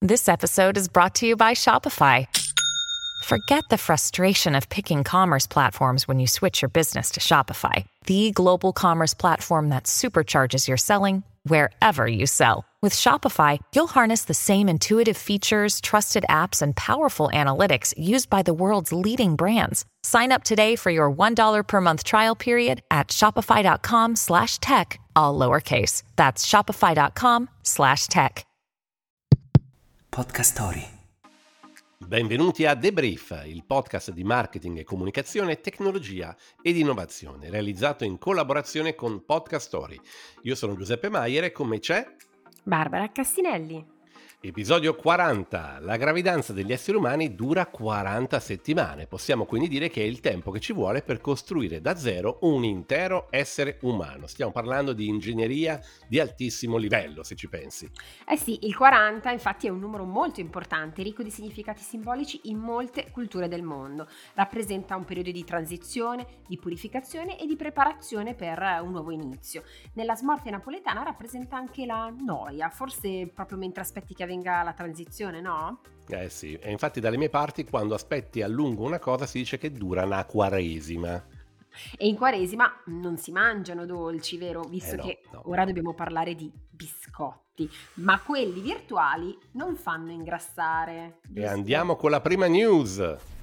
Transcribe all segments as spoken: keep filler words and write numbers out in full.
This episode is brought to you by Shopify. Forget the frustration of picking commerce platforms when you switch your business to Shopify, the global commerce platform that supercharges your selling wherever you sell. With Shopify, you'll harness the same intuitive features, trusted apps, and powerful analytics used by the world's leading brands. Sign up today for your one dollar per month trial period at shopify.com slash tech, all lowercase. That's shopify.com slash tech. Podcast Story. Benvenuti a The Brief, il podcast di marketing e comunicazione, tecnologia ed innovazione, realizzato in collaborazione con Podcast Story. Io sono Giuseppe Maier e con me c'è Barbara Cassinelli. Episodio quaranta. La gravidanza degli esseri umani dura quaranta settimane. Possiamo quindi dire che è il tempo che ci vuole per costruire da zero un intero essere umano. Stiamo parlando di ingegneria di altissimo livello, se ci pensi. Eh sì, il quaranta infatti è un numero molto importante, ricco di significati simbolici in molte culture del mondo. Rappresenta un periodo di transizione, di purificazione e di preparazione per un nuovo inizio. Nella smorfia napoletana rappresenta anche la noia, forse proprio mentre aspetti che venga la transizione, no? Eh sì, e infatti dalle mie parti quando aspetti a lungo una cosa si dice che dura una quaresima. E in quaresima non si mangiano dolci, vero? Visto Eh no, che no. ora dobbiamo parlare di biscotti, ma quelli virtuali non fanno ingrassare. E giusto? andiamo con la prima news.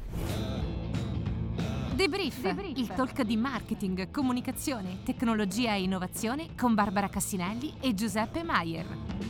The Brief, il talk di marketing, comunicazione, tecnologia e innovazione con Barbara Cassinelli e Giuseppe Maier.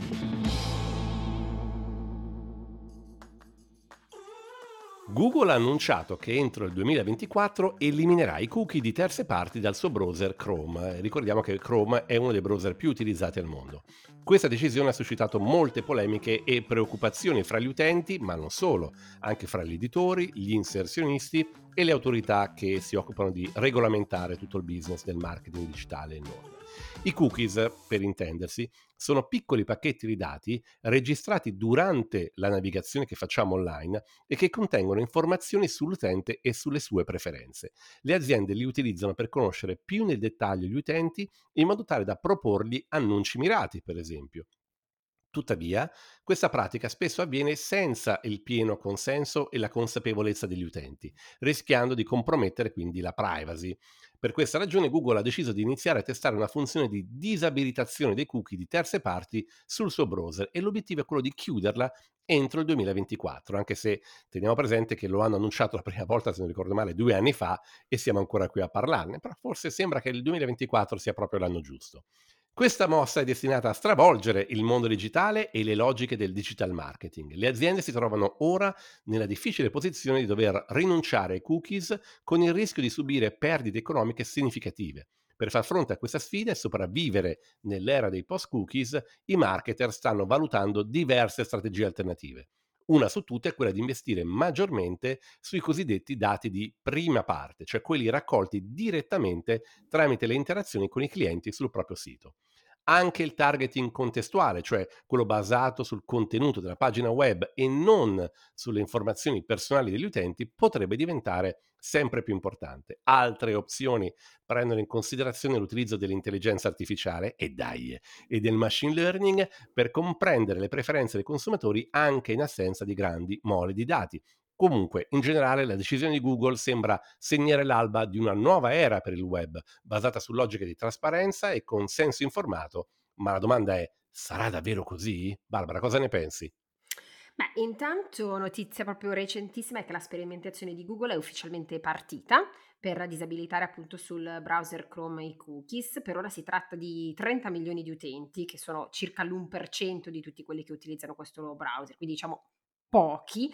Google ha annunciato che entro il duemilaventiquattro eliminerà i cookie di terze parti dal suo browser Chrome. Ricordiamo che Chrome è uno dei browser più utilizzati al mondo. Questa decisione ha suscitato molte polemiche e preoccupazioni fra gli utenti, ma non solo, anche fra gli editori, gli inserzionisti e le autorità che si occupano di regolamentare tutto il business del marketing digitale e non. I cookies, per intendersi, sono piccoli pacchetti di dati registrati durante la navigazione che facciamo online e che contengono informazioni sull'utente e sulle sue preferenze. Le aziende li utilizzano per conoscere più nel dettaglio gli utenti in modo tale da proporgli annunci mirati, per esempio. Tuttavia, questa pratica spesso avviene senza il pieno consenso e la consapevolezza degli utenti, rischiando di compromettere quindi la privacy. Per questa ragione Google ha deciso di iniziare a testare una funzione di disabilitazione dei cookie di terze parti sul suo browser e l'obiettivo è quello di chiuderla entro il duemilaventiquattro, anche se teniamo presente che lo hanno annunciato la prima volta, se non ricordo male, due anni fa e siamo ancora qui a parlarne, però forse sembra che il duemilaventiquattro sia proprio l'anno giusto. Questa mossa è destinata a stravolgere il mondo digitale e le logiche del digital marketing. Le aziende si trovano ora nella difficile posizione di dover rinunciare ai cookies con il rischio di subire perdite economiche significative. Per far fronte a questa sfida e sopravvivere nell'era dei post-cookies, i marketer stanno valutando diverse strategie alternative. Una su tutte è quella di investire maggiormente sui cosiddetti dati di prima parte, cioè quelli raccolti direttamente tramite le interazioni con i clienti sul proprio sito. Anche il targeting contestuale, cioè quello basato sul contenuto della pagina web e non sulle informazioni personali degli utenti, potrebbe diventare sempre più importante. Altre opzioni prendono in considerazione l'utilizzo dell'intelligenza artificiale e dai, e del machine learning per comprendere le preferenze dei consumatori anche in assenza di grandi mole di dati. Comunque, in generale, la decisione di Google sembra segnare l'alba di una nuova era per il web, basata su logiche di trasparenza e consenso informato. Ma la domanda è, sarà davvero così? Barbara, cosa ne pensi? Beh, intanto notizia proprio recentissima è che la sperimentazione di Google è ufficialmente partita per disabilitare appunto sul browser Chrome i cookies. Per ora si tratta di trenta milioni di utenti, che sono circa l'uno per cento di tutti quelli che utilizzano questo browser, quindi diciamo pochi.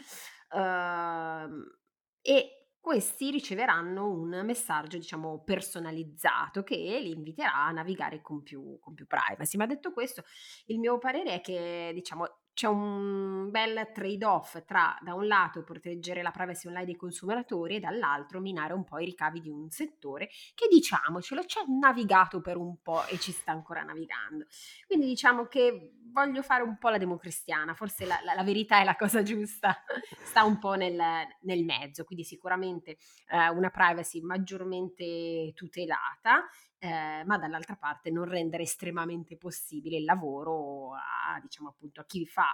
Ehm, e questi riceveranno un messaggio, diciamo, personalizzato che li inviterà a navigare con più, con più privacy. Ma detto questo, il mio parere è che, diciamo, c'è un bel trade-off tra, da un lato, proteggere la privacy online dei consumatori e dall'altro minare un po' i ricavi di un settore che, diciamocelo, ci ha navigato per un po' e ci sta ancora navigando. Quindi diciamo che voglio fare un po' la democristiana, forse la, la- la verità è la cosa giusta, sta un po' nel, nel mezzo, quindi sicuramente eh, una privacy maggiormente tutelata, eh, ma dall'altra parte non rendere estremamente possibile il lavoro a, diciamo appunto, a chi fa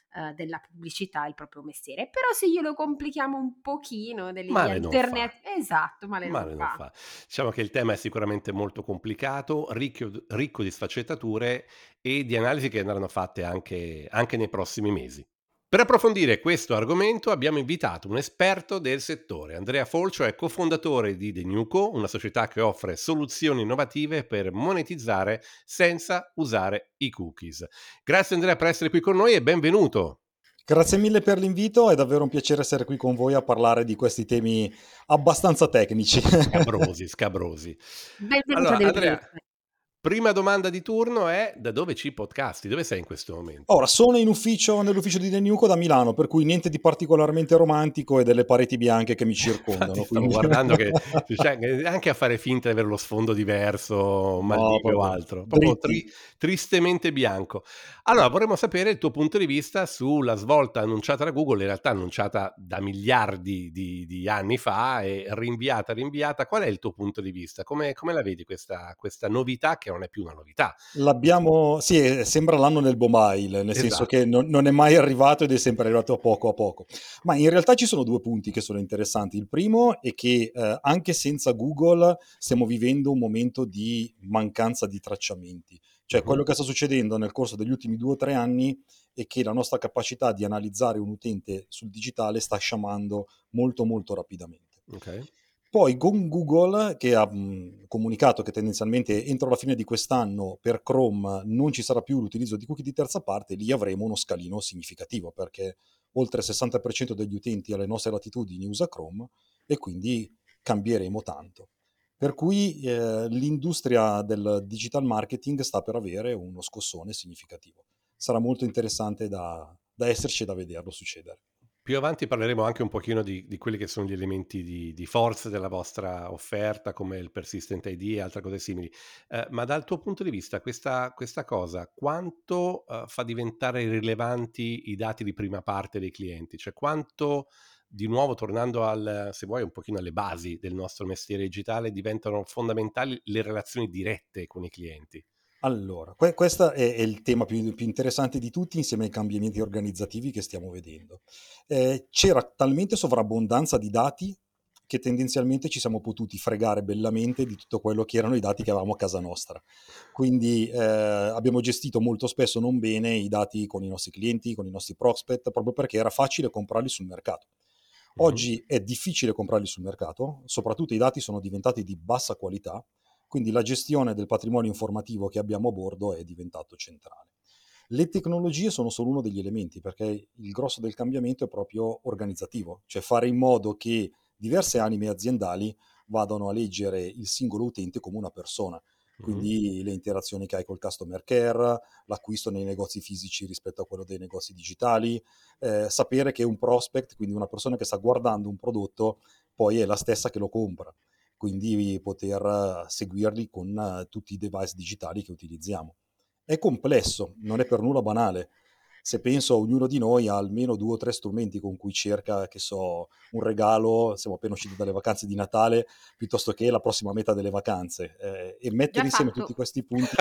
eh, della pubblicità il proprio mestiere. Però se glielo complichiamo un pochino, delle vie Male non fa. alternate, esatto, male non Male non fa. fa. Diciamo che il tema è sicuramente molto complicato, ricchio ricco di sfaccettature e di analisi che andranno fatte anche anche nei prossimi mesi. Per approfondire questo argomento abbiamo invitato un esperto del settore. Andrea Folcio è cofondatore di The Newco, una società che offre soluzioni innovative per monetizzare senza usare i cookies. Grazie Andrea per essere qui con noi e benvenuto. Grazie mille per l'invito, è davvero un piacere essere qui con voi a parlare di questi temi abbastanza tecnici. Scabrosi, scabrosi. Benvenuta Allora del Andrea, gruppo. prima domanda di turno è: da dove ci podcasti? Dove sei in questo momento? Ora, sono in ufficio, nell'ufficio di The Newco da Milano, per cui niente di particolarmente romantico e delle pareti bianche che mi Infatti circondano. stavo Quindi... guardando che cioè, che anche a fare finta di avere lo sfondo diverso, No, Maldive o proprio altro, proprio dritti. tri- tristemente bianco. Allora, vorremmo sapere il tuo punto di vista sulla svolta annunciata da Google, in realtà annunciata da miliardi di, di anni fa e rinviata, rinviata. Qual è il tuo punto di vista? Come, come la vedi questa, questa novità che non è più una novità? L'abbiamo, sì, eh, sembra l'anno del mobile, nel senso Esatto. che non, non è mai arrivato ed è sempre arrivato a poco a poco. Ma in realtà ci sono due punti che sono interessanti. Il primo è che eh, anche senza Google stiamo vivendo un momento di mancanza di tracciamenti. Cioè Mhm. quello che sta succedendo nel corso degli ultimi due o tre anni è che la nostra capacità di analizzare un utente sul digitale sta sciamando molto molto rapidamente. Ok. Poi con Google, che ha mh, comunicato che tendenzialmente entro la fine di quest'anno per Chrome non ci sarà più l'utilizzo di cookie di terza parte, lì avremo uno scalino significativo, perché oltre il sessanta per cento degli utenti alle nostre latitudini usa Chrome e quindi cambieremo tanto. Per cui eh, l'industria del digital marketing sta per avere uno scossone significativo. Sarà molto interessante da, da esserci e da vederlo succedere. Più avanti parleremo anche un pochino di, di quelli che sono gli elementi di, di forza della vostra offerta, come il persistent I D e altre cose simili. Eh, ma dal tuo punto di vista, questa, questa cosa, quanto eh, fa diventare rilevanti i dati di prima parte dei clienti? Cioè quanto, di nuovo, tornando al, se vuoi, un pochino alle basi del nostro mestiere digitale, diventano fondamentali le relazioni dirette con i clienti? Allora, que- questo è, è il tema più, più interessante di tutti insieme ai cambiamenti organizzativi che stiamo vedendo. Eh, c'era talmente sovrabbondanza di dati che tendenzialmente ci siamo potuti fregare bellamente di tutto quello che erano i dati che avevamo a casa nostra. Quindi eh, abbiamo gestito molto spesso non bene i dati con i nostri clienti, con i nostri prospect, proprio perché era facile comprarli sul mercato. Mhm. Oggi è difficile comprarli sul mercato, soprattutto i dati sono diventati di bassa qualità, quindi la gestione del patrimonio informativo che abbiamo a bordo è diventato centrale. Le tecnologie sono solo uno degli elementi, perché il grosso del cambiamento è proprio organizzativo, cioè fare in modo che diverse anime aziendali vadano a leggere il singolo utente come una persona. Mhm. Quindi le interazioni che hai col customer care, l'acquisto nei negozi fisici rispetto a quello dei negozi digitali, eh, sapere che un prospect, quindi una persona che sta guardando un prodotto, poi è la stessa che lo compra, quindi poter eh, seguirli con eh, tutti i device digitali che utilizziamo. È complesso, non è per nulla banale. Se penso a ognuno di noi ha almeno due o tre strumenti con cui cerca, che so, un regalo, siamo appena usciti dalle vacanze di Natale, piuttosto che la prossima meta delle vacanze. Eh, e Già mettere insieme tutti fatto. questi punti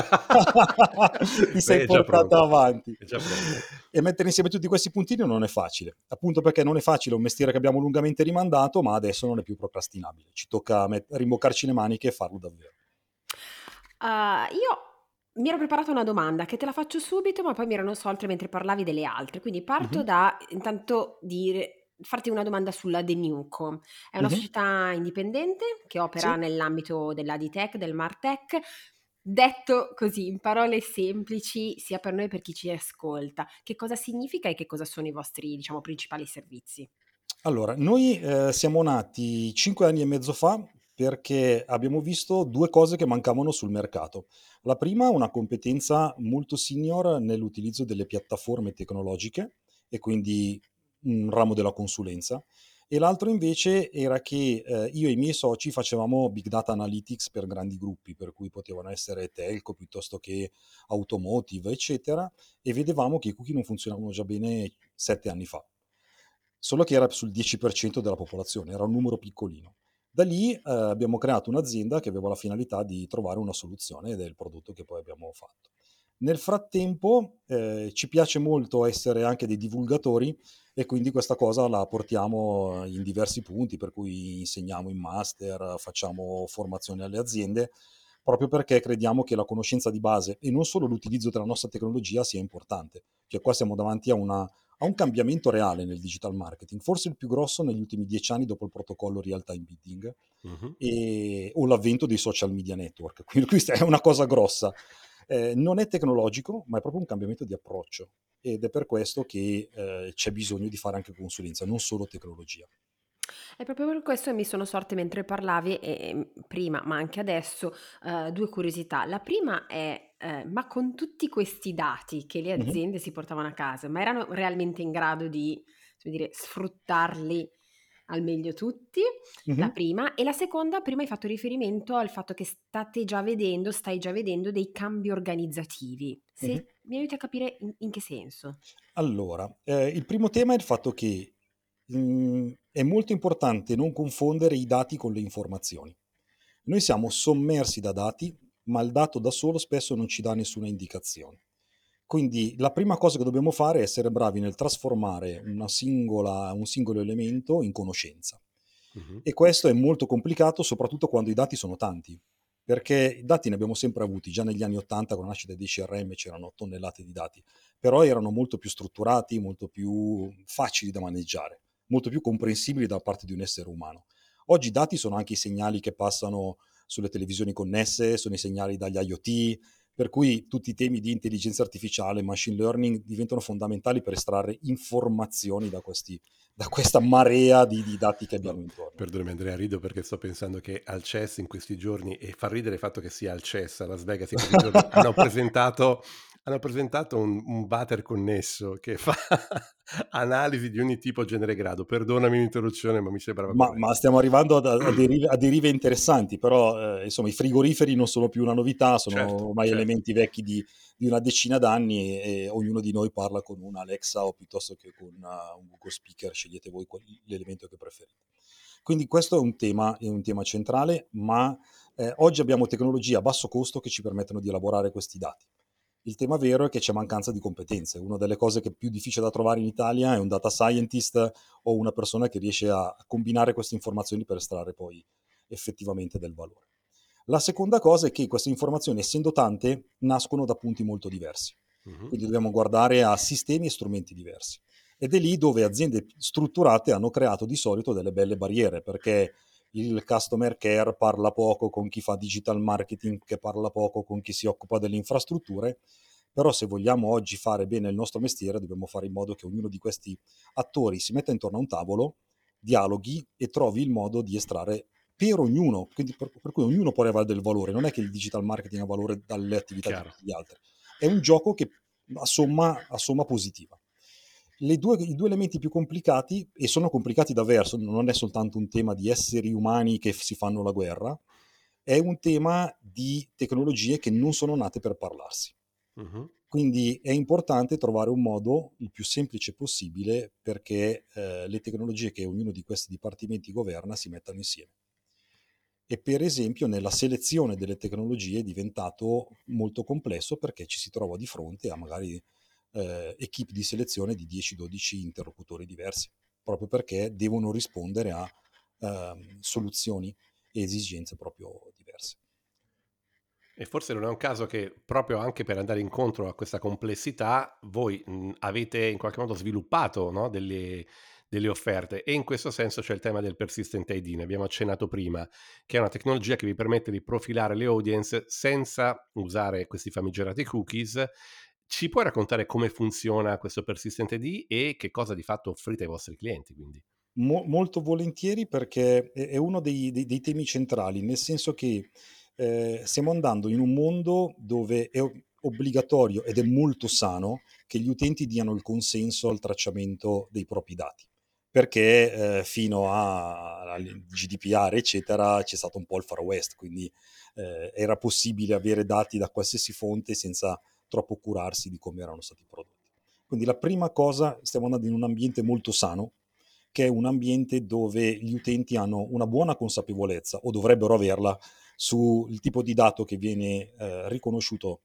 ti sei Beh, è già portato pronto. avanti. È già pronto. E mettere insieme tutti questi puntini non è facile, appunto perché non è facile, è un mestiere che abbiamo lungamente rimandato, ma adesso non è più procrastinabile. Ci tocca met- rimboccarci le maniche e farlo davvero. Ah, io mi ero preparata una domanda che te la faccio subito, ma poi mi erano solte mentre parlavi delle altre. Quindi parto Mhm, da intanto dire, farti una domanda sulla The Newco. È una mhm. società indipendente che opera Sì. nell'ambito dell'A D Tech, del Martech. Detto così, in parole semplici, sia per noi che per chi ci ascolta, che cosa significa e che cosa sono i vostri, diciamo, principali servizi? Allora, noi eh, siamo nati cinque anni e mezzo fa perché abbiamo visto due cose che mancavano sul mercato. La prima, una competenza molto senior nell'utilizzo delle piattaforme tecnologiche e quindi un ramo della consulenza. E l'altro invece era che eh, io e i miei soci facevamo big data analytics per grandi gruppi, per cui potevano essere telco piuttosto che automotive, eccetera, e vedevamo che i cookie non funzionavano già bene sette anni fa, solo che era sul dieci per cento della popolazione, era un numero piccolino. Da lì eh, abbiamo creato un'azienda che aveva la finalità di trovare una soluzione ed è il prodotto che poi abbiamo fatto. Nel frattempo eh, ci piace molto essere anche dei divulgatori e quindi questa cosa la portiamo in diversi punti, per cui insegniamo in master, facciamo formazione alle aziende, proprio perché crediamo che la conoscenza di base e non solo l'utilizzo della nostra tecnologia sia importante. Cioè qua siamo davanti a, una, a un cambiamento reale nel digital marketing, forse il più grosso negli ultimi dieci anni dopo il protocollo real time bidding Mhm. e, o l'avvento dei social media network. Quindi questa è una cosa grossa. Eh, non è tecnologico, ma è proprio un cambiamento di approccio ed è per questo che eh, c'è bisogno di fare anche consulenza, non solo tecnologia. È proprio per questo che mi sono sorte mentre parlavi, e, e prima, ma anche adesso, eh, due curiosità. La prima è, eh, ma con tutti questi dati che le Mhm, aziende si portavano a casa, ma erano realmente in grado di, come dire, sfruttarli al meglio tutti? La mhm, prima. E la seconda, prima hai fatto riferimento al fatto che state già vedendo, stai già vedendo dei cambi organizzativi. mhm. Se mi aiuti a capire in, in che senso? Allora, eh, il primo tema è il fatto che mh, è molto importante non confondere i dati con le informazioni. Noi siamo sommersi da dati, ma il dato da solo spesso non ci dà nessuna indicazione. Quindi la prima cosa che dobbiamo fare è essere bravi nel trasformare una singola, un singolo elemento in conoscenza. Mhm. E questo è molto complicato, soprattutto quando i dati sono tanti, perché i dati ne abbiamo sempre avuti. Già negli anni ottanta, con la nascita dei C R M, c'erano tonnellate di dati, però erano molto più strutturati, molto più facili da maneggiare, molto più comprensibili da parte di un essere umano. Oggi i dati sono anche i segnali che passano sulle televisioni connesse, sono i segnali dagli IoT, per cui tutti i temi di intelligenza artificiale, machine learning diventano fondamentali per estrarre informazioni da, questi, da questa marea di, di dati che abbiamo No, intorno. perdonami Andrea, rido perché sto pensando che al C E S in questi giorni, e fa ridere il fatto che sia al C E S a Las Vegas in questi giorni, hanno presentato, hanno presentato un, un water connesso che fa analisi di ogni tipo, genere e grado. Perdonami l'interruzione, ma mi sembrava Ma, ma corretto. stiamo arrivando a, a derive, a derive interessanti, però eh, insomma i frigoriferi non sono più una novità, sono Certo, ormai certo. elementi vecchi di, di una decina d'anni e, e ognuno di noi parla con un Alexa o piuttosto che con una- un Google Speaker, scegliete voi qual- l'elemento che preferite. Quindi questo è un tema, è un tema centrale, ma eh, oggi abbiamo tecnologie a basso costo che ci permettono di elaborare questi dati. Il tema vero è che c'è mancanza di competenze. Una delle cose che è più difficile da trovare in Italia è un data scientist o una persona che riesce a combinare queste informazioni per estrarre poi effettivamente del valore. La seconda cosa è che queste informazioni, essendo tante, nascono da punti molto diversi. Mhm. Quindi dobbiamo guardare a sistemi e strumenti diversi. Ed è lì dove aziende strutturate hanno creato di solito delle belle barriere, perché il customer care parla poco con chi fa digital marketing, che parla poco con chi si occupa delle infrastrutture, però se vogliamo oggi fare bene il nostro mestiere dobbiamo fare in modo che ognuno di questi attori si metta intorno a un tavolo, dialoghi e trovi il modo di estrarre per ognuno, quindi per, per cui ognuno può avere del valore, non è che il digital marketing ha valore dalle attività di Chiaro. tutti gli altri, è un gioco che a somma, a somma positiva. Le due, I due elementi più complicati, e sono complicati davvero, non è soltanto un tema di esseri umani che si fanno la guerra, è un tema di tecnologie che non sono nate per parlarsi. Mhm. Quindi è importante trovare un modo il più semplice possibile perché eh, le tecnologie che ognuno di questi dipartimenti governa si mettano insieme. E per esempio nella selezione delle tecnologie è diventato molto complesso perché ci si trova di fronte a magari eh, equip di selezione di dieci dodici interlocutori diversi, proprio perché devono rispondere a ehm, soluzioni e esigenze proprio diverse. E forse non è un caso che proprio anche per andare incontro a questa complessità voi mh, avete in qualche modo sviluppato, no, delle, delle offerte, e in questo senso c'è il tema del persistent I D, ne abbiamo accennato prima, che è una tecnologia che vi permette di profilare le audience senza usare questi famigerati cookies. Ci puoi raccontare come funziona questo persistent I D e che cosa di fatto offrite ai vostri clienti, quindi? Mo- molto volentieri perché è, è uno dei, dei- dei temi centrali, nel senso che eh, stiamo andando in un mondo dove è o- obbligatorio ed è molto sano che gli utenti diano il consenso al tracciamento dei propri dati, perché eh, fino a- al G D P R, eccetera, c'è stato un po' il Far West, quindi eh, era possibile avere dati da qualsiasi fonte senza troppo curarsi di come erano stati prodotti. Quindi la prima cosa, stiamo andando in un ambiente molto sano, che è un ambiente dove gli utenti hanno una buona consapevolezza, o dovrebbero averla, sul tipo di dato che viene eh, riconosciuto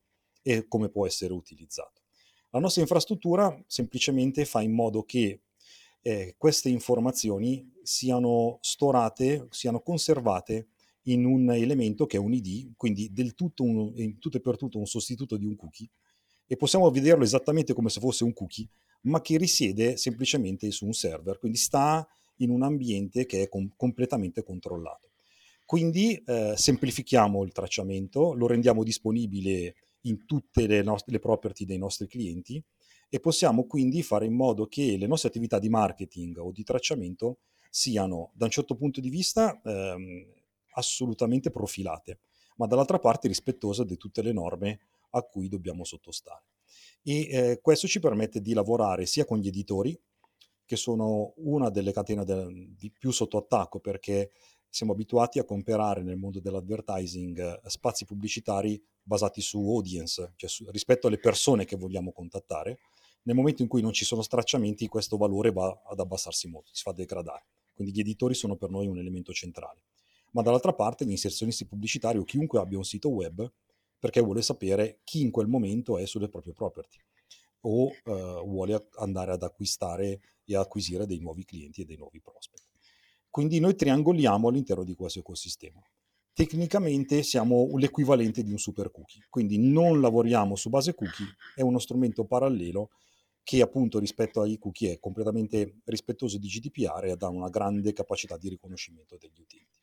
e come può essere utilizzato. La nostra infrastruttura semplicemente fa in modo che eh, queste informazioni siano storate, siano conservate in un elemento che è un I D, quindi del tutto, un, in tutto e per tutto un sostituto di un cookie, e possiamo vederlo esattamente come se fosse un cookie, ma che risiede semplicemente su un server, quindi sta in un ambiente che è com- completamente controllato. Quindi eh, semplifichiamo il tracciamento, lo rendiamo disponibile in tutte le, nost- le property dei nostri clienti e possiamo quindi fare in modo che le nostre attività di marketing o di tracciamento siano, da un certo punto di vista, ehm, assolutamente profilate, ma dall'altra parte rispettose di tutte le norme a cui dobbiamo sottostare. E eh, questo ci permette di lavorare sia con gli editori, che sono una delle catene de- di più sotto attacco, perché siamo abituati a comprare nel mondo dell'advertising eh, spazi pubblicitari basati su audience, cioè su, rispetto alle persone che vogliamo contattare. Nel momento in cui non ci sono stracciamenti, questo valore va ad abbassarsi molto, si fa degradare. Quindi gli editori sono per noi un elemento centrale. Ma dall'altra parte gli inserzionisti pubblicitari o chiunque abbia un sito web, perché vuole sapere chi in quel momento è sulle proprie property o eh, vuole andare ad acquistare e acquisire dei nuovi clienti e dei nuovi prospect. Quindi noi triangoliamo all'interno di questo ecosistema. Tecnicamente siamo l'equivalente di un super cookie, quindi non lavoriamo su base cookie, è uno strumento parallelo che appunto rispetto ai cookie è completamente rispettoso di G D P R e dà una grande capacità di riconoscimento degli utenti.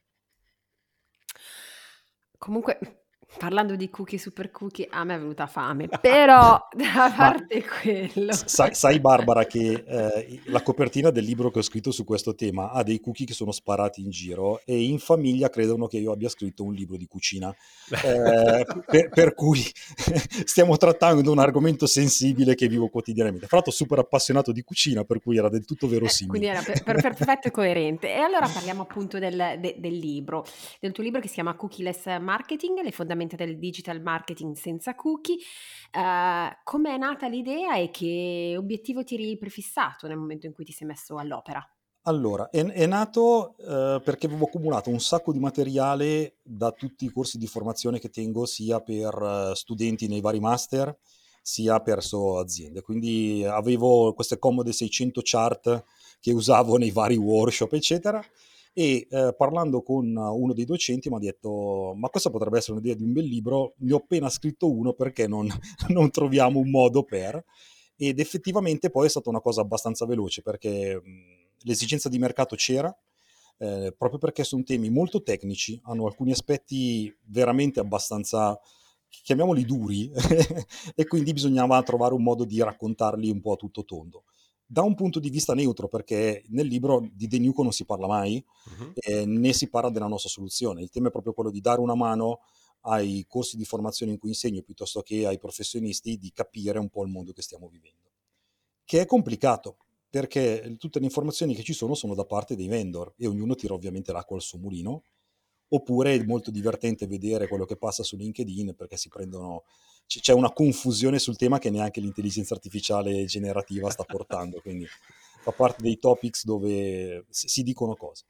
Comunque, parlando di cookie super cookie, a me è venuta fame, però a Ma parte quello. sai, sai, Barbara, che eh, la copertina del libro che ho scritto su questo tema ha dei cookie che sono sparati in giro e in famiglia credono che io abbia scritto un libro di cucina. Eh, per, per cui stiamo trattando un argomento sensibile che vivo quotidianamente. Fra l'altro super appassionato di cucina, per cui era del tutto Eh, quindi verosimile. era per, per- perfetto e coerente. E allora parliamo appunto del, de- del libro, del tuo libro che si chiama Cookieless Marketing, le fondamenta del digital marketing senza cookie. Eh, come è nata l'idea e che obiettivo ti eri prefissato nel momento in cui ti sei messo all'opera? Allora, è, è nato eh, perché avevo accumulato un sacco di materiale da tutti i corsi di formazione che tengo, sia per eh, studenti nei vari master, sia verso aziende. Quindi avevo queste comode seicento chart che usavo nei vari workshop, eccetera. E eh, parlando con uno dei docenti mi ha detto: Ma questa potrebbe essere un'idea di un bel libro. Ne ho appena scritto uno, perché non, non troviamo un modo per. Ed effettivamente poi è stata una cosa abbastanza veloce, perché mh, l'esigenza di mercato c'era, eh, proprio perché sono temi molto tecnici, hanno alcuni aspetti veramente abbastanza, chiamiamoli duri, e quindi bisognava trovare un modo di raccontarli un po' a tutto tondo. Da un punto di vista neutro, perché nel libro di De Nuco non si parla mai, Mhm. eh, né si parla della nostra soluzione. Il tema è proprio quello di dare una mano ai corsi di formazione in cui insegno, piuttosto che ai professionisti, di capire un po' il mondo che stiamo vivendo. Che è complicato, perché tutte le informazioni che ci sono sono da parte dei vendor e ognuno tira ovviamente l'acqua al suo mulino. Oppure è molto divertente vedere quello che passa su LinkedIn, perché si prendono, c- c'è una confusione sul tema che neanche l'intelligenza artificiale generativa sta portando, quindi fa parte dei topics dove si si dicono cose.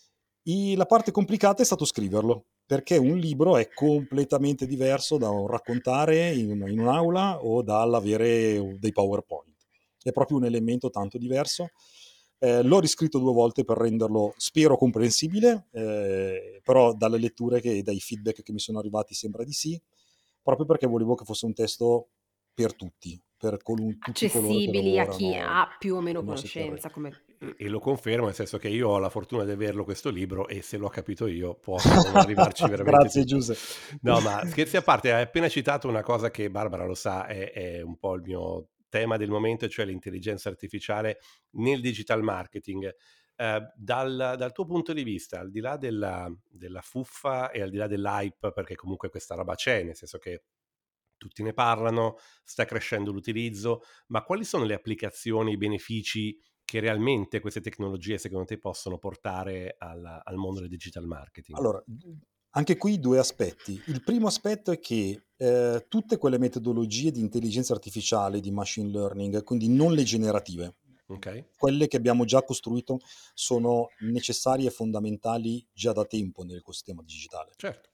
I- la parte complicata è stato scriverlo, perché un libro è completamente diverso da un raccontare in, un- in un'aula o dall'avere dei PowerPoint. È proprio un elemento tanto diverso. Eh, l'ho riscritto due volte per renderlo, spero, comprensibile, eh, però dalle letture e dai feedback che mi sono arrivati sembra di sì, proprio perché volevo che fosse un testo per tutti, per colun- tutti coloro che Accessibili a chi lavorano ha più o meno nel nostro terreno. conoscenza, come... E, e lo confermo, nel senso che io ho la fortuna di averlo questo libro e se l'ho capito io possono arrivarci veramente Grazie, tutti. Giuseppe. No, ma scherzi a parte, hai appena citato una cosa che Barbara lo sa, è, è un po' il mio tema del momento, cioè l'intelligenza artificiale nel digital marketing. Eh, dal, dal tuo punto di vista, al di là della, della fuffa e al di là dell'hype, perché comunque questa roba c'è, nel senso che tutti ne parlano, sta crescendo l'utilizzo, ma quali sono le applicazioni, i benefici che realmente queste tecnologie secondo te possono portare al, al mondo del digital marketing? Allora, anche qui due aspetti. Il primo aspetto è che eh, tutte quelle metodologie di intelligenza artificiale, di machine learning, quindi non le generative, Ok? quelle che abbiamo già costruito, sono necessarie e fondamentali già da tempo nell'ecosistema digitale. Certo.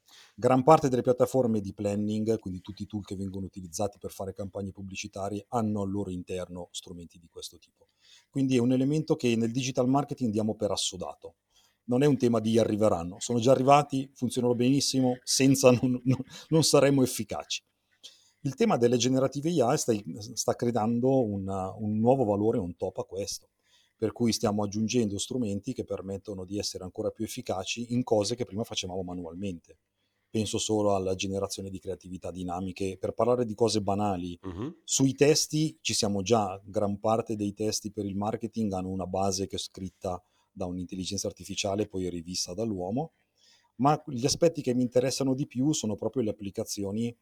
Gran parte delle piattaforme di planning, quindi tutti i tool che vengono utilizzati per fare campagne pubblicitarie, hanno al loro interno strumenti di questo tipo. Quindi è un elemento che nel digital marketing diamo per assodato. Non è un tema di arriveranno, sono già arrivati, funzionano benissimo, senza non, non, non saremmo efficaci. Il tema delle generative A I sta, sta creando una, un nuovo valore on top a questo, per cui stiamo aggiungendo strumenti che permettono di essere ancora più efficaci in cose che prima facevamo manualmente. Penso solo alla generazione di creatività dinamiche. Per parlare di cose banali, Uh-huh. sui testi ci siamo già, gran parte dei testi per il marketing hanno una base che è scritta da un'intelligenza artificiale, poi rivista dall'uomo, ma gli aspetti che mi interessano di più sono proprio le applicazioni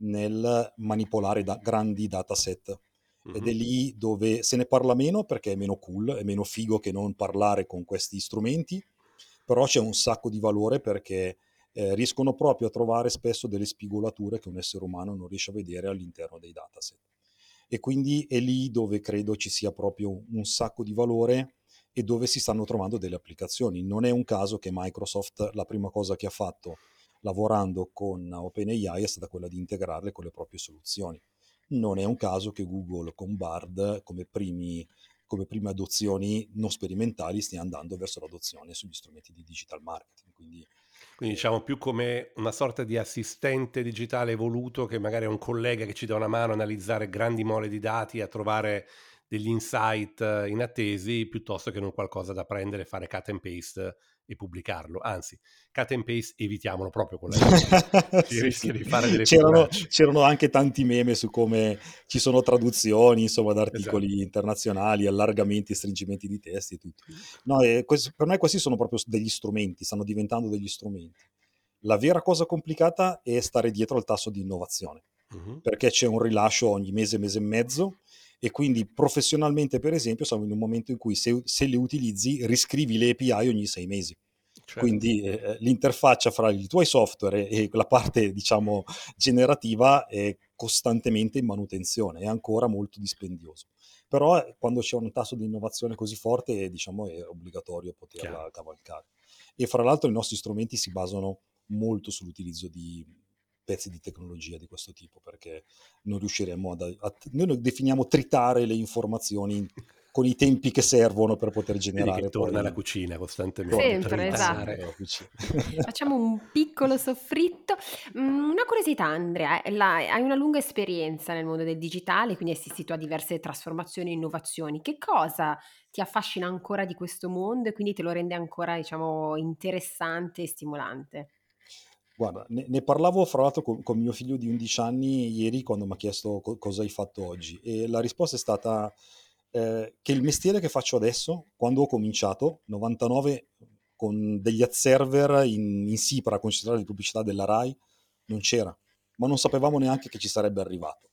nel manipolare da grandi dataset. Uh-huh. Ed è lì dove se ne parla meno perché è meno cool, è meno figo che non parlare con questi strumenti, però c'è un sacco di valore perché eh, riescono proprio a trovare spesso delle spigolature che un essere umano non riesce a vedere all'interno dei dataset. E quindi è lì dove credo ci sia proprio un sacco di valore e dove si stanno trovando delle applicazioni. Non è un caso che Microsoft, la prima cosa che ha fatto lavorando con OpenAI è stata quella di integrarle con le proprie soluzioni. Non è un caso che Google con Bard come, primi, come prime adozioni non sperimentali stia andando verso l'adozione sugli strumenti di digital marketing. Quindi, Quindi diciamo più come una sorta di assistente digitale evoluto che magari è un collega che ci dà una mano a analizzare grandi mole di dati, a trovare degli insight inattesi, piuttosto che non qualcosa da prendere, fare cut and paste e pubblicarlo. Anzi, cut and paste evitiamolo proprio con la I A. Si sì, rischia sì. di fare delle C'erano, figuracce. c'erano anche tanti meme su come ci sono traduzioni, insomma, da articoli Esatto. internazionali, allargamenti, stringimenti di testi e tutto. No, e questi- per me questi sono proprio degli strumenti, stanno diventando degli strumenti. La vera cosa complicata è stare dietro al tasso di innovazione, Mhm. perché c'è un rilascio ogni mese, mese e mezzo, e quindi professionalmente, per esempio, siamo in un momento in cui se, se le utilizzi riscrivi le A P I ogni sei mesi. Certo. Quindi eh, l'interfaccia fra i tuoi software e la parte, diciamo, generativa è costantemente in manutenzione, è ancora molto dispendioso. Però eh, quando c'è un tasso di innovazione così forte, diciamo, è obbligatorio poterla Chiaro. cavalcare. E fra l'altro i nostri strumenti si basano molto sull'utilizzo di pezzi di tecnologia di questo tipo, perché non riusciremo ad... a- noi definiamo tritare le informazioni con i tempi che servono per poter Vedi che generare torna alla poi... cucina costantemente. Torna, Sempre, torna esatto. sempre alla cucina. Facciamo un piccolo soffritto. Mm, Una curiosità, Andrea, eh, la- hai una lunga esperienza nel mondo del digitale, quindi hai assistito a diverse trasformazioni e innovazioni. Che cosa ti affascina ancora di questo mondo e quindi te lo rende ancora, diciamo, interessante e stimolante? Guarda, ne, ne parlavo fra l'altro con, con mio figlio di undici anni ieri quando mi ha chiesto co- cosa hai fatto oggi e la risposta è stata eh, che il mestiere che faccio adesso, quando ho cominciato, novantanove, con degli ad server in, in Sipra, con centrale di pubblicità della Rai, non c'era, ma non sapevamo neanche che ci sarebbe arrivato.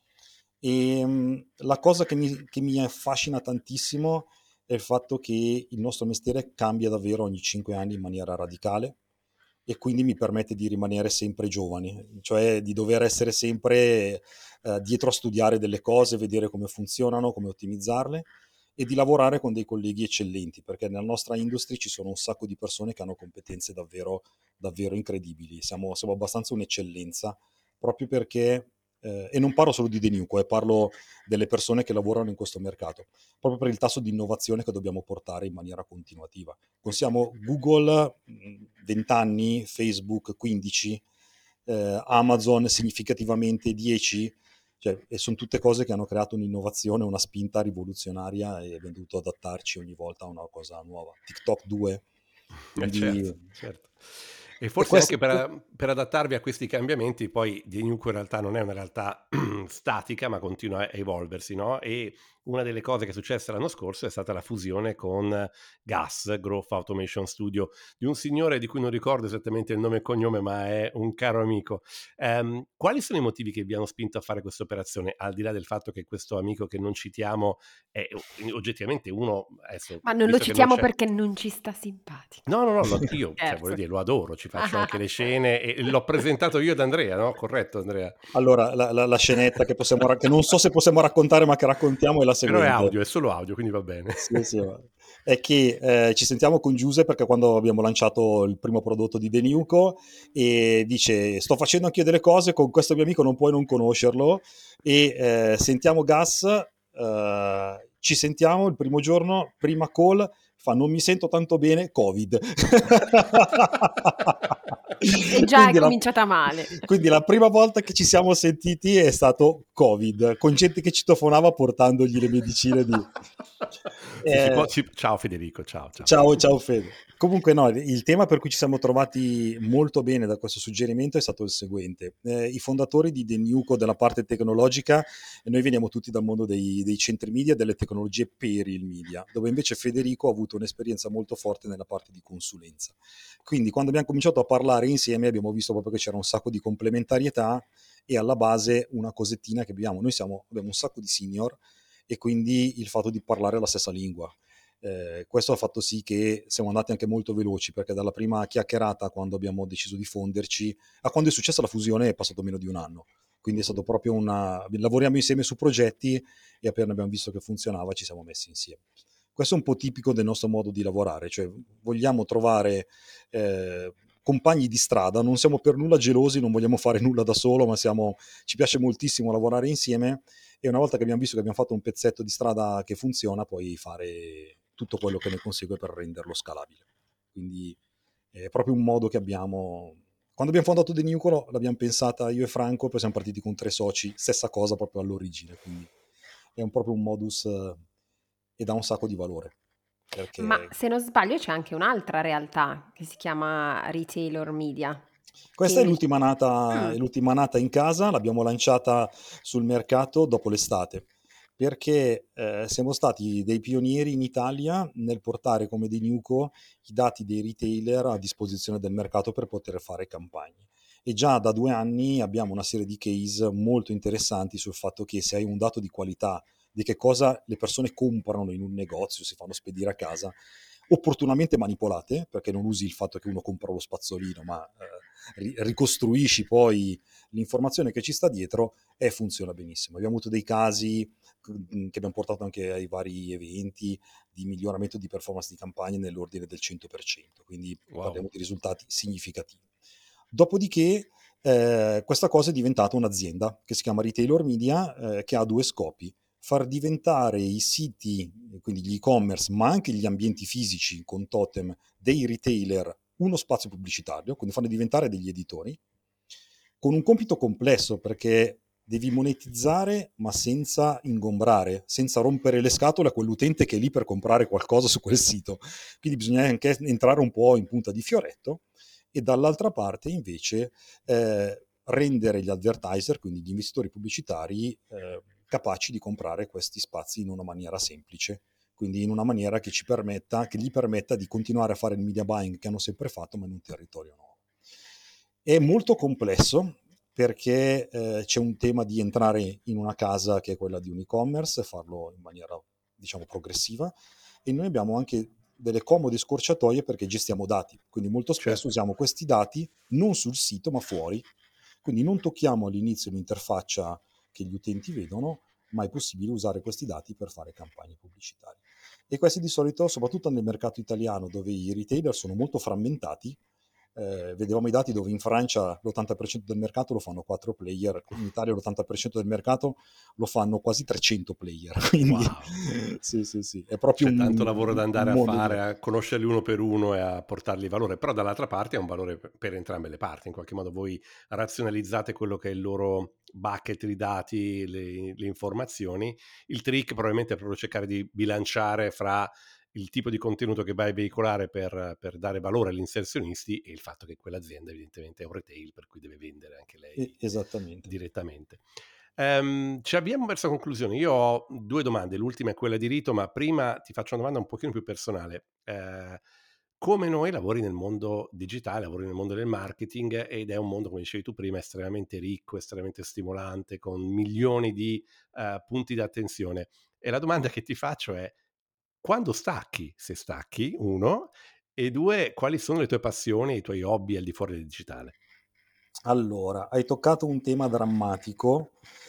E mh, la cosa che mi, che mi affascina tantissimo è il fatto che il nostro mestiere cambia davvero ogni cinque anni in maniera radicale e quindi mi permette di rimanere sempre giovani, cioè di dover essere sempre eh, dietro a studiare delle cose, vedere come funzionano, come ottimizzarle e di lavorare con dei colleghi eccellenti, perché nella nostra industria ci sono un sacco di persone che hanno competenze davvero, davvero incredibili. Siamo, siamo abbastanza un'eccellenza, proprio perché, eh, e non parlo solo di Deniuco, eh, parlo delle persone che lavorano in questo mercato, proprio per il tasso di innovazione che dobbiamo portare in maniera continuativa. Consiamo Google venti anni, Facebook quindici, eh, Amazon significativamente dieci, cioè, e sono tutte cose che hanno creato un'innovazione, una spinta rivoluzionaria e abbiamo dovuto adattarci ogni volta a una cosa nuova. TikTok due, Eh, quindi... certo, certo. E E forse questo, anche per, per adattarvi a questi cambiamenti, poi Deniuco in realtà non è una realtà statica, ma continua a evolversi, no? E una delle cose che è successa l'anno scorso è stata la fusione con G A S, Growth Automation Studio, di un signore di cui non ricordo esattamente il nome e cognome, ma è un caro amico. Ehm, quali sono i motivi che vi hanno spinto a fare questa operazione, al di là del fatto che questo amico che non citiamo è oggettivamente uno, adesso, Ma non lo visto che non citiamo c'è... perché non ci sta simpatico. No, no, no, lo- io, cioè, voglio Scherzo. dire, lo adoro, ci faccio anche le scene e l'ho presentato io ad Andrea, no? Corretto, Andrea? allora, la, la- la scenetta che, possiamo, ra- che non so se possiamo raccontare, ma che raccontiamo, è la, Però è seguente. audio, è solo audio, quindi va bene. Sì, sì, è che eh, ci sentiamo con Giuse perché quando abbiamo lanciato il primo prodotto di Deniuco e dice sto facendo anch'io delle cose con questo mio amico, non puoi non conoscerlo, e eh, sentiamo Gas, eh, ci sentiamo il primo giorno, prima call, fa non mi sento tanto bene, Covid. E già è Quindi la, cominciata male. quindi la prima volta che ci siamo sentiti è stato Covid, con gente che citofonava portandogli le medicine di... Sì, si può, Eh, ci- ciao Federico, ciao, ciao. ciao, ciao Fede. Comunque no, il tema per cui ci siamo trovati molto bene da questo suggerimento è stato il seguente. Eh, I fondatori di Deniuco della parte tecnologica, e noi veniamo tutti dal mondo dei, dei centri media e delle tecnologie per il media, dove invece Federico ha avuto un'esperienza molto forte nella parte di consulenza. Quindi quando abbiamo cominciato a parlare insieme abbiamo visto proprio che c'era un sacco di complementarietà e alla base una cosettina che abbiamo. Noi siamo, abbiamo un sacco di senior e quindi il fatto di parlare la stessa lingua. Eh, questo ha fatto sì che siamo andati anche molto veloci, perché dalla prima chiacchierata, quando abbiamo deciso di fonderci, a quando è successa la fusione è passato meno di un anno. Quindi è stato proprio una... lavoriamo insieme su progetti e appena abbiamo visto che funzionava ci siamo messi insieme. Questo è un po' tipico del nostro modo di lavorare, cioè vogliamo trovare eh, compagni di strada, non siamo per nulla gelosi, non vogliamo fare nulla da solo, ma siamo, ci piace moltissimo lavorare insieme e una volta che abbiamo visto che abbiamo fatto un pezzetto di strada che funziona, poi fare tutto quello che ne consegue per renderlo scalabile. Quindi è proprio un modo che abbiamo... Quando abbiamo fondato The Nucolo l'abbiamo pensata io e Franco, poi siamo partiti con tre soci, stessa cosa proprio all'origine, quindi è un, proprio un modus eh, e dà un sacco di valore. Ma Perché se non sbaglio c'è anche un'altra realtà che si chiama Retailer Media. questa è Che... l'ultima nata, Mm. è l'ultima nata in casa, l'abbiamo lanciata sul mercato dopo l'estate, perché eh, siamo stati dei pionieri in Italia nel portare come Deniuco i dati dei retailer a disposizione del mercato per poter fare campagne. E già da due anni abbiamo una serie di case molto interessanti sul fatto che se hai un dato di qualità di che cosa le persone comprano in un negozio, si fanno spedire a casa, opportunamente manipolate, perché non usi il fatto che uno compra lo spazzolino, ma eh, ricostruisci poi l'informazione che ci sta dietro e funziona benissimo. Abbiamo avuto dei casi che abbiamo portato anche ai vari eventi di miglioramento di performance di campagna nell'ordine del cento per cento, quindi Wow. parliamo di risultati significativi. Dopodiché eh, questa cosa è diventata un'azienda che si chiama Retailer Media, eh, che ha due scopi: far diventare i siti, quindi gli e-commerce, ma anche gli ambienti fisici con totem dei retailer uno spazio pubblicitario, quindi farli diventare degli editori, con un compito complesso perché devi monetizzare ma senza ingombrare, senza rompere le scatole a quell'utente che è lì per comprare qualcosa su quel sito. Quindi bisogna anche entrare un po' in punta di fioretto e dall'altra parte invece eh, rendere gli advertiser, quindi gli investitori pubblicitari, eh, capaci di comprare questi spazi in una maniera semplice, quindi in una maniera che ci permetta, che gli permetta di continuare a fare il media buying che hanno sempre fatto, ma in un territorio nuovo. È molto complesso perché eh, c'è un tema di entrare in una casa che è quella di un e-commerce e farlo in maniera, diciamo, progressiva, e noi abbiamo anche delle comode scorciatoie perché gestiamo dati, quindi molto spesso Certo. usiamo questi dati non sul sito ma fuori, quindi non tocchiamo all'inizio l'interfaccia che gli utenti vedono, ma è possibile usare questi dati per fare campagne pubblicitarie. E questi di solito, soprattutto nel mercato italiano dove i retailer sono molto frammentati, eh, vedevamo i dati dove in Francia l'ottanta per cento del mercato lo fanno quattro player, in Italia l'ottanta per cento del mercato lo fanno quasi trecento player, quindi Wow. sì, sì, sì, è proprio C'è un, tanto lavoro da un andare a mondo fare, diverso. a conoscerli uno per uno e a portargli valore, però dall'altra parte ha un valore per, per entrambe le parti, in qualche modo voi razionalizzate quello che è il loro bucket di dati, le, le informazioni, il trick probabilmente è proprio cercare di bilanciare fra il tipo di contenuto che vai a veicolare per, per dare valore agli inserzionisti e il fatto che quell'azienda evidentemente è un retail per cui deve vendere anche lei Esattamente. direttamente. Um, ci avviamo verso la conclusione. Io ho due domande, l'ultima è quella di Rito, ma prima ti faccio una domanda un pochino più personale. Uh, come noi lavori nel mondo digitale, lavori nel mondo del marketing ed è un mondo, come dicevi tu prima, estremamente ricco, estremamente stimolante, con milioni di uh, punti d'attenzione. E la domanda che ti faccio è: quando stacchi, se stacchi, uno, e due, quali sono le tue passioni, i tuoi hobby al di fuori del digitale? Allora, hai toccato un tema drammatico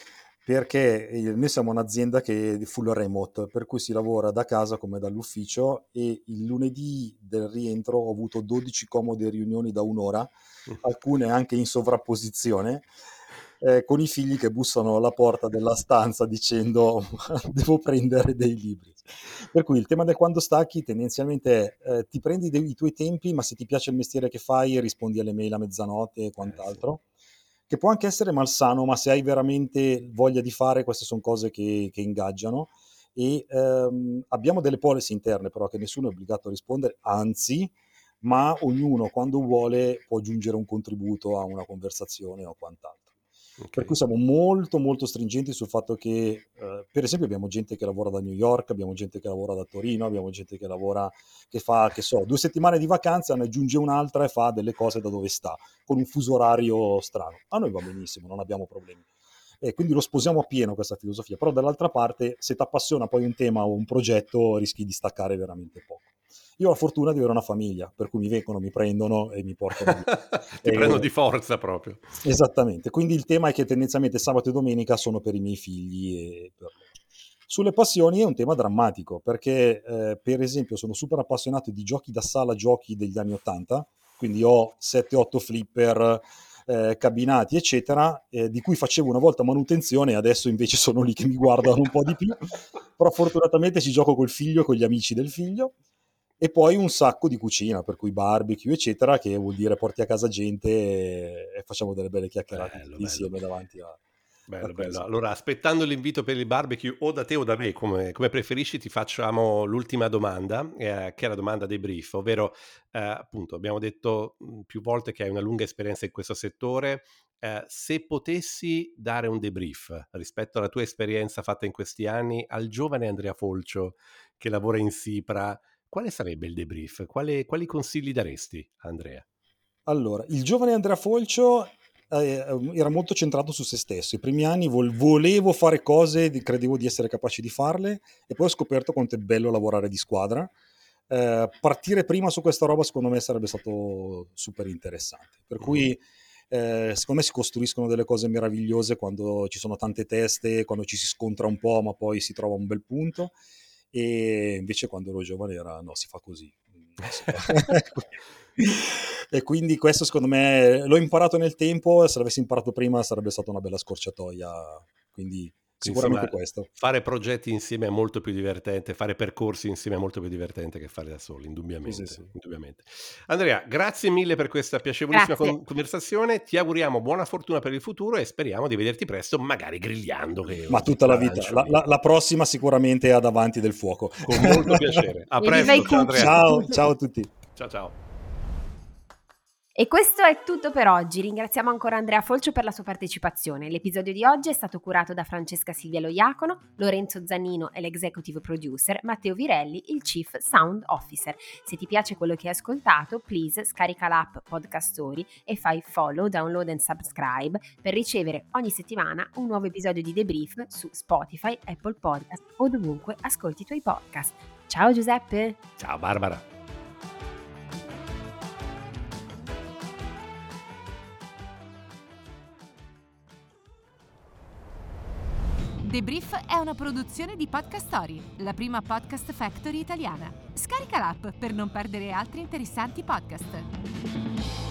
perché eh, noi siamo un'azienda che è full remote, per cui si lavora da casa come dall'ufficio, e il lunedì del rientro ho avuto dodici comode riunioni da un'ora, alcune anche in sovrapposizione, eh, con i figli che bussano alla porta della stanza dicendo devo prendere dei libri. Per cui il tema del quando stacchi tendenzialmente è, eh, ti prendi dei, i tuoi tempi, ma se ti piace il mestiere che fai rispondi alle mail a mezzanotte e quant'altro, eh sì. Che può anche essere malsano, ma se hai veramente voglia di fare, queste sono cose che, che ingaggiano. E ehm, abbiamo delle policy interne però che nessuno è obbligato a rispondere, anzi, ma ognuno quando vuole può aggiungere un contributo a una conversazione o quant'altro. Okay. Per cui siamo molto molto stringenti sul fatto che eh, per esempio abbiamo gente che lavora da New York, abbiamo gente che lavora da Torino, abbiamo gente che lavora, che fa, che so, due settimane di vacanza, ne aggiunge un'altra e fa delle cose da dove sta, con un fuso orario strano. A noi va benissimo, non abbiamo problemi. E quindi lo sposiamo appieno questa filosofia, però dall'altra parte se ti appassiona poi un tema o un progetto rischi di staccare veramente poco. Io ho la fortuna di avere una famiglia, per cui mi vengono, mi prendono e mi portano via. Ti e, prendono di forza proprio. Esattamente, quindi il tema è che tendenzialmente sabato e domenica sono per i miei figli e per loro. Sulle passioni è un tema drammatico, perché eh, per esempio sono super appassionato di giochi da sala, giochi degli anni ottanta, quindi ho sette otto flipper, eh, cabinati eccetera, eh, di cui facevo una volta manutenzione e adesso invece sono lì che mi guardano un po' di più, però fortunatamente ci gioco col figlio e con gli amici del figlio. E poi un sacco di cucina, per cui barbecue eccetera, che vuol dire porti a casa gente e, e facciamo delle belle chiacchierate bello, insieme bello. davanti a bello bello. Allora, aspettando l'invito per il barbecue o da te o da me, come, come preferisci, ti facciamo l'ultima domanda, eh, che è la domanda dei brief, ovvero eh, appunto abbiamo detto mh, più volte che hai una lunga esperienza in questo settore. Eh, se potessi dare un debrief rispetto alla tua esperienza fatta in questi anni al giovane Andrea Folcio che lavora in Sipra, quale sarebbe il debrief? Quale, quali consigli daresti, Andrea? Allora, il giovane Andrea Folcio eh, era molto centrato su se stesso. I primi anni vol- volevo fare cose, credevo di essere capace di farle, e poi ho scoperto quanto è bello lavorare di squadra. Eh, partire prima su questa roba secondo me sarebbe stato super interessante. Per cui eh, secondo me si costruiscono delle cose meravigliose quando ci sono tante teste, quando ci si scontra un po', ma poi si trova un bel punto. E invece quando ero giovane era no, si fa così. Si fa. E quindi questo secondo me l'ho imparato nel tempo, se l'avessi imparato prima sarebbe stata una bella scorciatoia, quindi sicuramente Insomma, questo. Fare progetti insieme è molto più divertente, fare percorsi insieme è molto più divertente che fare da soli, indubbiamente, Sì, sì, sì. indubbiamente. Andrea, grazie mille per questa piacevolissima con- conversazione, ti auguriamo buona fortuna per il futuro e speriamo di vederti presto, magari grigliando. Che Ma tutta la vita, la, la, la prossima sicuramente è a davanti del fuoco. Con molto piacere. A presto, ciao Andrea. Ciao, ciao a tutti. Ciao ciao. E questo è tutto per oggi. Ringraziamo ancora Andrea Folcio per la sua partecipazione. L'episodio di oggi è stato curato da Francesca Silvia Loiacono, Lorenzo Zannino è l'executive producer, Matteo Virelli il chief sound officer. Se ti piace quello che hai ascoltato, please scarica l'app Podcast Story e fai follow, download and subscribe per ricevere ogni settimana un nuovo episodio di Debrief su Spotify, Apple Podcast o dovunque ascolti i tuoi podcast. Ciao Giuseppe! Ciao Barbara! Debrief è una produzione di Podcast Story, la prima podcast factory italiana. Scarica l'app per non perdere altri interessanti podcast.